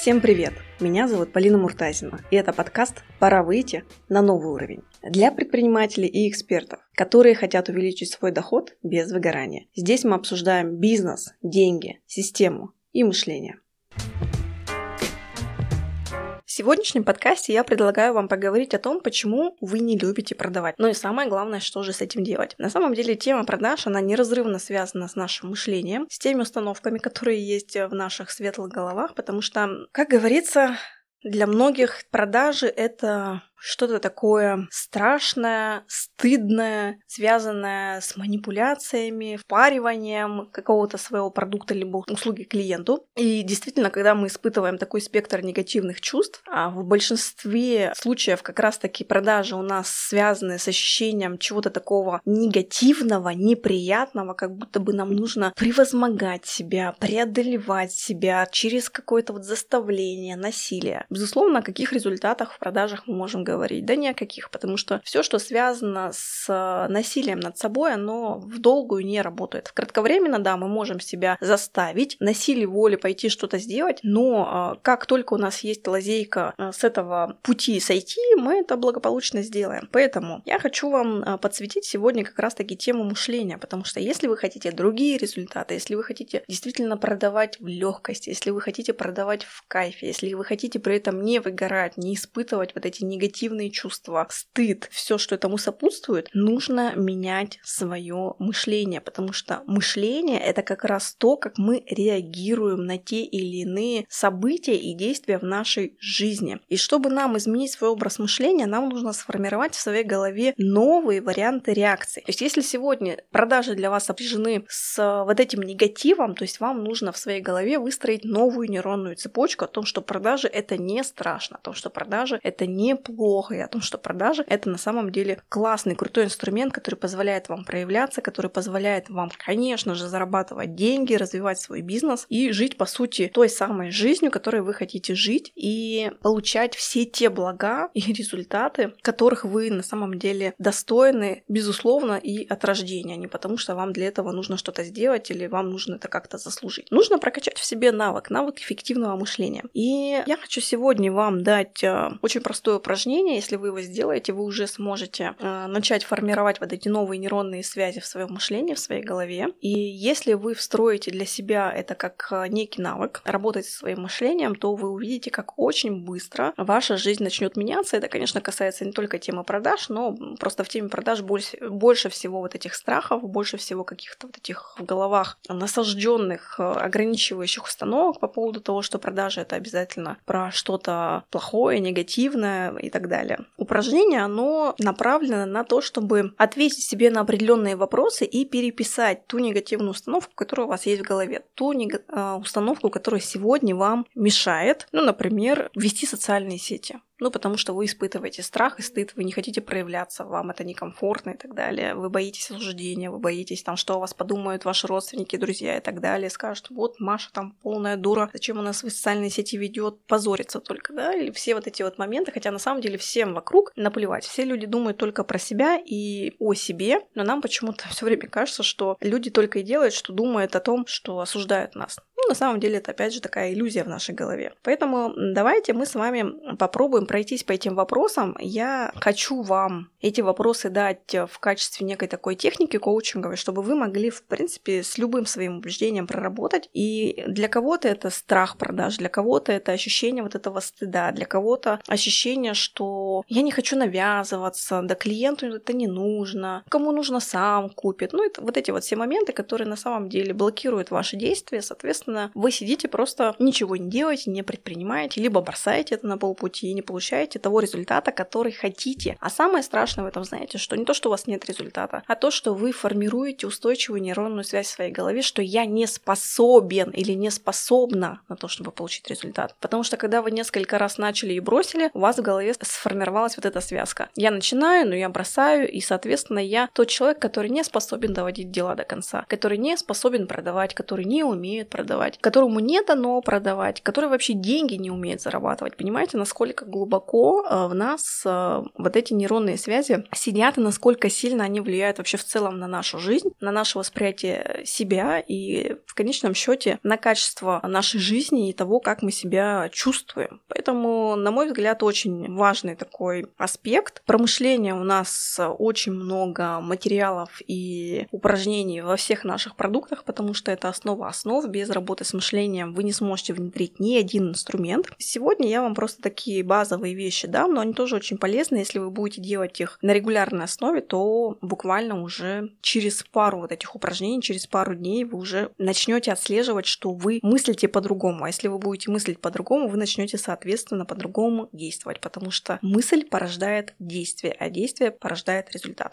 Всем привет! Меня зовут Полина Муртазина, и это подкаст «Пора выйти на новый уровень» для предпринимателей и экспертов, которые хотят увеличить свой доход без выгорания. Здесь мы обсуждаем бизнес, деньги, систему и мышление. В сегодняшнем подкасте я предлагаю вам поговорить о том, почему вы не любите продавать. Ну и самое главное, что же с этим делать. На самом деле тема продаж, она неразрывно связана с нашим мышлением, с теми установками, которые есть в наших светлых головах, потому что, как говорится, для многих продажи — это что-то такое страшное, стыдное, связанное с манипуляциями, впариванием какого-то своего продукта либо услуги клиенту. И действительно, когда мы испытываем такой спектр негативных чувств, а в большинстве случаев как раз-таки продажи у нас связаны с ощущением чего-то такого негативного, неприятного, как будто бы нам нужно превозмогать себя, преодолевать себя через какое-то заставление, насилие. Безусловно, о каких результатах в продажах мы можем говорить? Да ни о каких, потому что все, что связано с насилием над собой, оно в долгую не работает. Кратковременно, да, мы можем себя заставить на силе воли пойти что-то сделать, но как только у нас есть лазейка с этого пути сойти, мы это благополучно сделаем. Поэтому я хочу вам подсветить сегодня как раз-таки тему мышления, потому что если вы хотите другие результаты, если вы хотите действительно продавать в легкости, если вы хотите продавать в кайфе, если вы хотите при этом не выгорать, не испытывать вот эти негативные чувства, стыд, все, что этому сопутствует, нужно менять свое мышление, потому что мышление — это как раз то, как мы реагируем на те или иные события и действия в нашей жизни. И чтобы нам изменить свой образ мышления, нам нужно сформировать в своей голове новые варианты реакции. То есть если сегодня продажи для вас сопряжены с вот этим негативом, то есть вам нужно в своей голове выстроить новую нейронную цепочку о том, что продажи — это не страшно, о том, что продажи — это неплохо, и о том, что продажи — это на самом деле классный, крутой инструмент, который позволяет вам проявляться, который позволяет вам, конечно же, зарабатывать деньги, развивать свой бизнес и жить, по сути, той самой жизнью, которой вы хотите жить, и получать все те блага и результаты, которых вы на самом деле достойны, безусловно, и от рождения, не потому что вам для этого нужно что-то сделать или вам нужно это как-то заслужить. Нужно прокачать в себе навык эффективного мышления. И я хочу сегодня вам дать очень простое упражнение. Если вы его сделаете, вы уже сможете начать формировать вот эти новые нейронные связи в своем мышлении, в своей голове. И если вы встроите для себя это как некий навык, работать со своим мышлением, то вы увидите, как очень быстро ваша жизнь начнет меняться. Это, конечно, касается не только темы продаж, но просто в теме продаж больше всего вот этих страхов, больше всего каких-то вот этих в головах насажденных, ограничивающих установок по поводу того, что продажи — это обязательно про что-то плохое, негативное и так далее. Упражнение, оно направлено на то, чтобы ответить себе на определенные вопросы и переписать ту негативную установку, которая у вас есть в голове, ту установку, которая сегодня вам мешает, например, вести социальные сети. Потому что вы испытываете страх и стыд, вы не хотите проявляться, вам это некомфортно и так далее. Вы боитесь осуждения, вы боитесь, что о вас подумают ваши родственники, друзья и так далее. Скажут: вот Маша там полная дура, зачем она свои социальные сети ведет, позорится только, да? Или все вот эти вот моменты, хотя на самом деле всем вокруг наплевать. Все люди думают только про себя и о себе, но нам почему-то все время кажется, что люди только и делают, что думают о том, что осуждают нас. На самом деле это опять же такая иллюзия в нашей голове. Поэтому давайте мы с вами попробуем пройтись по этим вопросам. Я хочу вам эти вопросы дать в качестве некой такой техники коучинговой, чтобы вы могли, в принципе, с любым своим убеждением проработать. И для кого-то это страх продаж, для кого-то это ощущение вот этого стыда, для кого-то ощущение, что я не хочу навязываться, да клиенту это не нужно, кому нужно сам купит. Это вот эти вот все моменты, которые на самом деле блокируют ваши действия. Соответственно, вы сидите, просто ничего не делаете, не предпринимаете, либо бросаете это на полпути и не получаете того результата, который хотите. А самое страшное в этом, знаете, что не то, что у вас нет результата, а то, что вы формируете устойчивую нейронную связь в своей голове, что я не способен или не способна на то, чтобы получить результат. Потому что когда вы несколько раз начали и бросили, у вас в голове сформировалась вот эта связка. Я начинаю, но я бросаю, и, соответственно, я тот человек, который не способен доводить дела до конца, который не способен продавать, который не умеет продавать, продавать, которому не дано продавать, который вообще деньги не умеет зарабатывать. Понимаете, насколько глубоко в нас вот эти нейронные связи сидят и насколько сильно они влияют вообще в целом на нашу жизнь, на наше восприятие себя и в конечном счете на качество нашей жизни и того, как мы себя чувствуем. Поэтому, на мой взгляд, очень важный такой аспект. Про мышление у нас очень много материалов и упражнений во всех наших продуктах, потому что это основа основ. Без работы с мышлением вы не сможете внедрить ни один инструмент. Сегодня я вам просто такие базовые вещи дам, но они тоже очень полезны. Если вы будете делать их на регулярной основе, то буквально уже через пару вот этих упражнений, через пару дней вы уже начнете отслеживать, что вы мыслите по-другому. А если вы будете мыслить по-другому, вы начнете, соответственно, по-другому действовать, потому что мысль порождает действие, а действие порождает результат.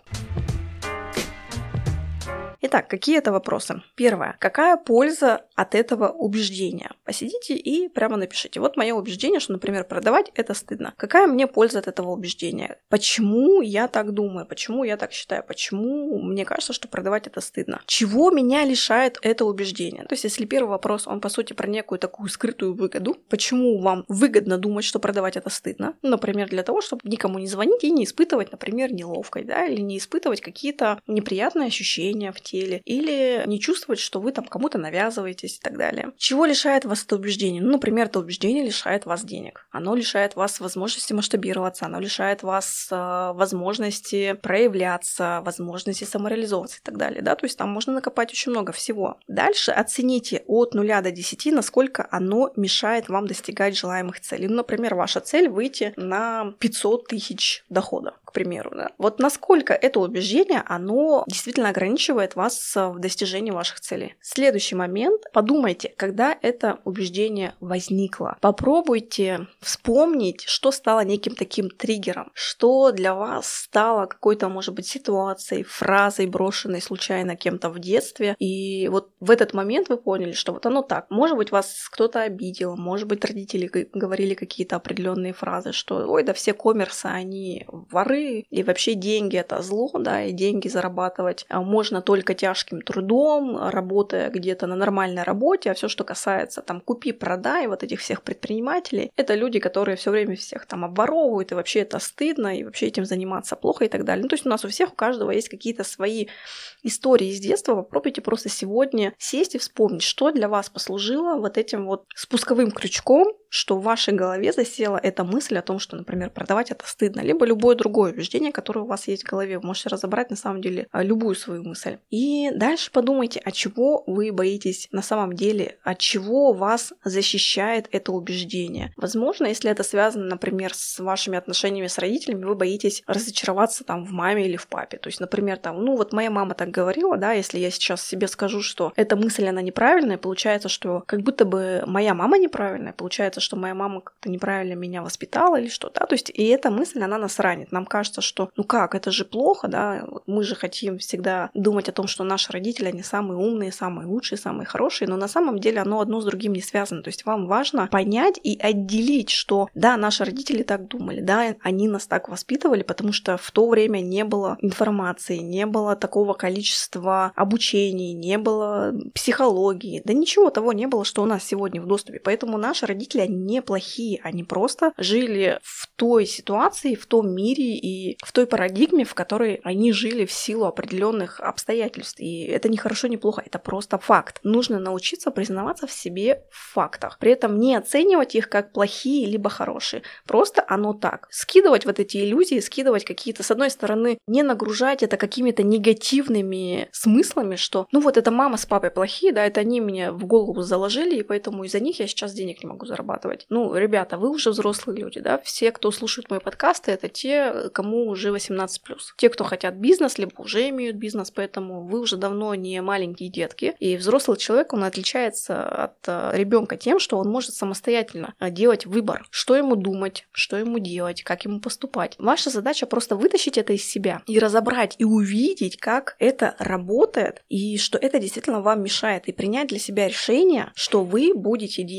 Итак, какие это вопросы? Первое. Какая польза от этого убеждения? Посидите и прямо напишите. Вот мое убеждение, что, например, продавать это стыдно. Какая мне польза от этого убеждения? Почему я так думаю? Почему я так считаю? Почему мне кажется, что продавать это стыдно? Чего меня лишает это убеждение? То есть, если первый вопрос, он, по сути, про некую такую скрытую выгоду. Почему вам выгодно думать, что продавать это стыдно? Например, для того, чтобы никому не звонить и не испытывать, например, неловкость, да, или не испытывать какие-то неприятные ощущения в теле, или не чувствовать, что вы там кому-то навязываетесь и так далее. Чего лишает вас это убеждение? Ну, например, это убеждение лишает вас денег. Оно лишает вас возможности масштабироваться, оно лишает вас возможности проявляться, возможности самореализовываться и так далее. Да? То есть там можно накопать очень много всего. Дальше оцените от 0 до 10, насколько оно мешает вам достигать желаемых целей. Ну, например, ваша цель выйти на 500 тысяч дохода, к примеру. Да? Вот насколько это убеждение, оно действительно ограничивает вас в достижении ваших целей. Следующий момент. Подумайте, когда это убеждение возникло. Попробуйте вспомнить, что стало неким таким триггером, что для вас стало какой-то, может быть, ситуацией, фразой, брошенной случайно кем-то в детстве. И вот в этот момент вы поняли, что вот оно так. Может быть, вас кто-то обидел, может быть, родители говорили какие-то определенные фразы, что ой, да все коммерсы, они воры, и вообще деньги это зло, да, и деньги зарабатывать можно только тяжким трудом, работая где-то на нормальной работе, а все, что касается там купи-продай, вот этих всех предпринимателей, это люди, которые все время всех там обворовывают, и вообще это стыдно, и вообще этим заниматься плохо и так далее. Ну, то есть у нас у всех, у каждого есть какие-то свои истории из детства. Попробуйте просто сегодня сесть и вспомнить, что для вас послужило вот этим вот спусковым крючком, что в вашей голове засела эта мысль о том, что, например, продавать это стыдно, либо любое другое убеждение, которое у вас есть в голове. Вы можете разобрать на самом деле любую свою мысль. И дальше подумайте, от чего вы боитесь на самом деле, от чего вас защищает это убеждение. Возможно, если это связано, например, с вашими отношениями с родителями, вы боитесь разочароваться там в маме или в папе. То есть, например, там, ну вот моя мама так говорила, да, если я сейчас себе скажу, что эта мысль, она неправильная, получается, что как будто бы моя мама неправильная, получается, что моя мама как-то неправильно меня воспитала или что, да, то есть и эта мысль, она нас ранит. Нам кажется, что, ну как, это же плохо, да, вот мы же хотим всегда думать о том, что наши родители, они самые умные, самые лучшие, самые хорошие, но на самом деле оно одно с другим не связано. То есть вам важно понять и отделить, что да, наши родители так думали, да, они нас так воспитывали, потому что в то время не было информации, не было такого количества обучений, не было психологии, да ничего того не было, что у нас сегодня в доступе. Поэтому наши родители, они неплохие, они просто жили в той ситуации, в том мире и в той парадигме, в которой они жили в силу определенных обстоятельств. И это не хорошо, не плохо, это просто факт. Нужно научиться признаваться в себе в фактах. При этом не оценивать их как плохие либо хорошие. Просто оно так. Скидывать вот эти иллюзии, скидывать какие-то, с одной стороны, не нагружать это какими-то негативными смыслами, что ну вот это мама с папой плохие, да, это они меня в голову заложили, и поэтому из-за них я сейчас денег не могу зарабатывать. Ну, ребята, вы уже взрослые люди, да, все, кто слушает мои подкасты, это те, кому уже 18+. Те, кто хотят бизнес, либо уже имеют бизнес, поэтому вы уже давно не маленькие детки, и взрослый человек, он отличается от ребенка тем, что он может самостоятельно делать выбор, что ему думать, что ему делать, как ему поступать. Ваша задача просто вытащить это из себя и разобрать, и увидеть, как это работает, и что это действительно вам мешает, и принять для себя решение, что вы будете делать.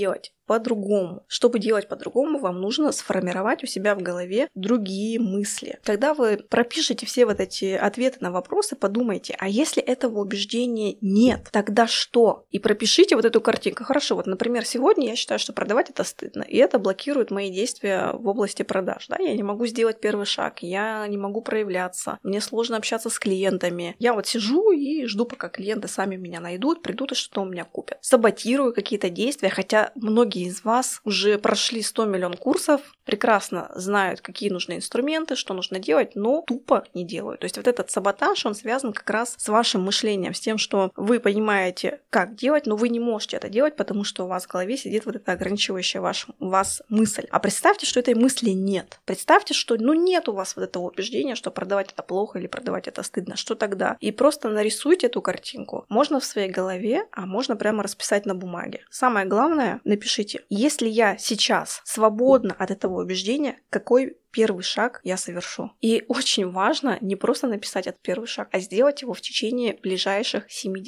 по-другому. Чтобы делать по-другому, вам нужно сформировать у себя в голове другие мысли. Когда вы пропишете все вот эти ответы на вопросы, подумайте, а если этого убеждения нет, тогда что? И пропишите вот эту картинку. Хорошо, вот, например, сегодня я считаю, что продавать это стыдно, и это блокирует мои действия в области продаж. Да? Я не могу сделать первый шаг, я не могу проявляться, мне сложно общаться с клиентами. Я вот сижу и жду, пока клиенты сами меня найдут, придут и что-то у меня купят. Саботирую какие-то действия, хотя многие из вас уже прошли 100 миллион курсов, прекрасно знают, какие нужны инструменты, что нужно делать, но тупо не делают. То есть вот этот саботаж, он связан как раз с вашим мышлением, с тем, что вы понимаете, как делать, но вы не можете это делать, потому что у вас в голове сидит вот эта ограничивающая вас мысль. А представьте, что этой мысли нет. Представьте, что нет у вас вот этого убеждения, что продавать это плохо или продавать это стыдно. Что тогда? И просто нарисуйте эту картинку. Можно в своей голове, а можно прямо расписать на бумаге. Самое главное, напишите, если я сейчас свободна от этого убеждения, какой первый шаг я совершу. И очень важно не просто написать этот первый шаг, а сделать его в течение ближайших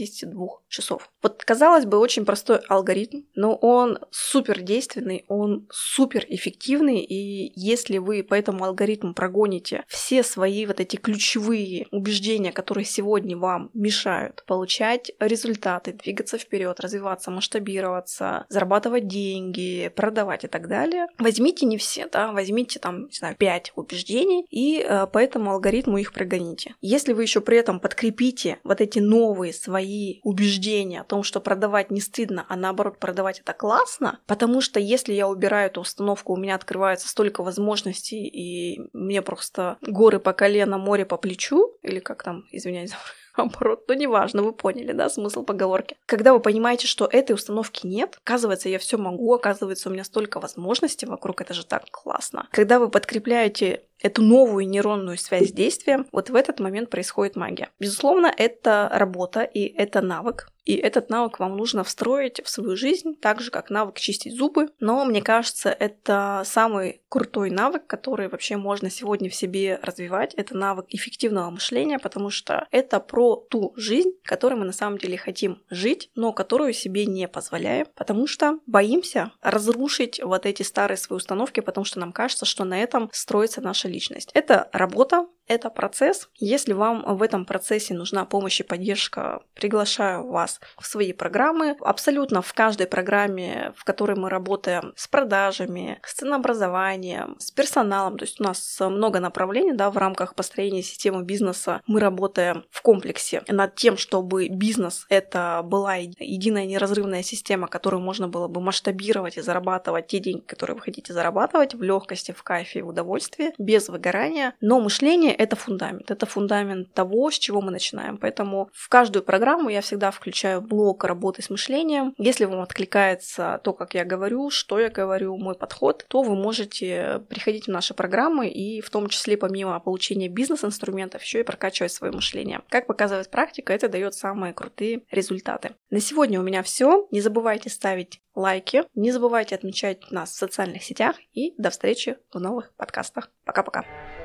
72 часов. Вот, казалось бы, очень простой алгоритм, но он супер действенный, он супер эффективный, и если вы по этому алгоритму прогоните все свои вот эти ключевые убеждения, которые сегодня вам мешают получать результаты, двигаться вперед, развиваться, масштабироваться, зарабатывать деньги, продавать и так далее, возьмите не все, да, возьмите там, не знаю, 5 убеждений и по этому алгоритму их прогоните. Если вы еще при этом подкрепите вот эти новые свои убеждения о том, что продавать не стыдно, а наоборот продавать это классно, потому что если я убираю эту установку, у меня открывается столько возможностей, и мне просто горы по колено, море по плечу, или как там, извиняюсь, наоборот, ну неважно, вы поняли, да, смысл поговорки. Когда вы понимаете, что этой установки нет, оказывается, я все могу, оказывается, у меня столько возможностей вокруг, это же так классно. Когда вы подкрепляете эту новую нейронную связь с действием, вот в этот момент происходит магия. Безусловно, это работа и это навык. И этот навык вам нужно встроить в свою жизнь, так же, как навык чистить зубы. Но, мне кажется, это самый крутой навык, который вообще можно сегодня в себе развивать. Это навык эффективного мышления, потому что это про ту жизнь, которой мы на самом деле хотим жить, но которую себе не позволяем, потому что боимся разрушить вот эти старые свои установки, потому что нам кажется, что на этом строится наша личность. Это работа, это процесс. Если вам в этом процессе нужна помощь и поддержка, приглашаю вас в свои программы. Абсолютно в каждой программе, в которой мы работаем с продажами, с ценообразованием, с персоналом, то есть у нас много направлений, да, в рамках построения системы бизнеса. Мы работаем в комплексе над тем, чтобы бизнес это была единая неразрывная система, которую можно было бы масштабировать и зарабатывать те деньги, которые вы хотите зарабатывать в легкости, в кайфе и удовольствии, без выгорания. Но мышление это фундамент того, с чего мы начинаем. Поэтому в каждую программу я всегда включаю блок работы с мышлением. Если вам откликается то, как я говорю, что я говорю, мой подход, то вы можете приходить в наши программы и в том числе помимо получения бизнес-инструментов еще и прокачивать свое мышление. Как показывает практика, это дает самые крутые результаты. На сегодня у меня все. Не забывайте ставить лайки, не забывайте отмечать нас в социальных сетях и до встречи в новых подкастах. Пока-пока.